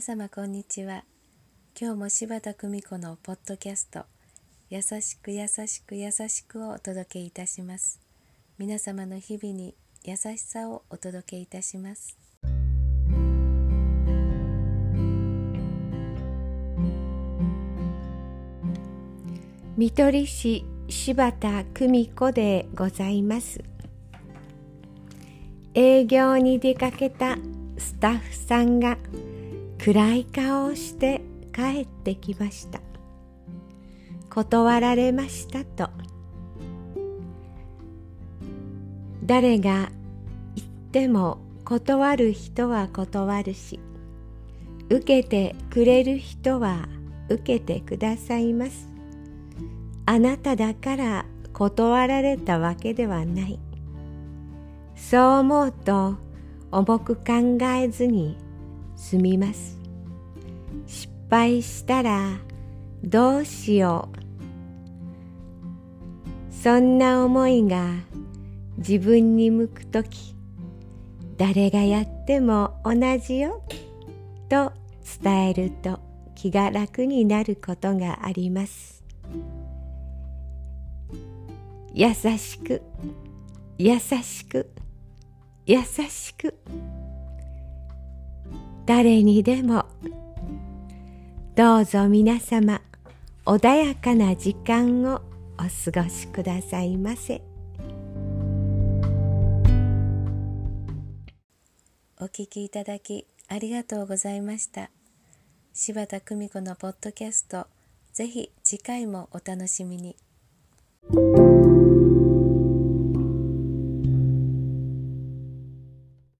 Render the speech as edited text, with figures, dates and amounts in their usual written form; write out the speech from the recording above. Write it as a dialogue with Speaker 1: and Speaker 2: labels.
Speaker 1: 様こんにちは。今日も柴田久美子のポッドキャスト優しく優しく優しくをお届けいたします。皆様の日々に優しさをお届けいたします。
Speaker 2: 看取り師柴田久美子でございます。営業に出かけたスタッフさんが暗い顔をして帰ってきました。断られましたと。誰が言っても断る人は断るし、受けてくれる人は受けてくださいます。あなただから断られたわけではない。そう思うと重く考えずに済みます。失敗したらどうしよう。そんな思いが自分に向くとき、誰がやっても同じよと伝えると気が楽になることがあります。優しく優しく優しく、誰にでも。どうぞ皆様穏やかな時間をお過ごしくださいませ。
Speaker 1: お聞きいただきありがとうございました。柴田久美子のポッドキャスト、ぜひ次回もお楽しみに。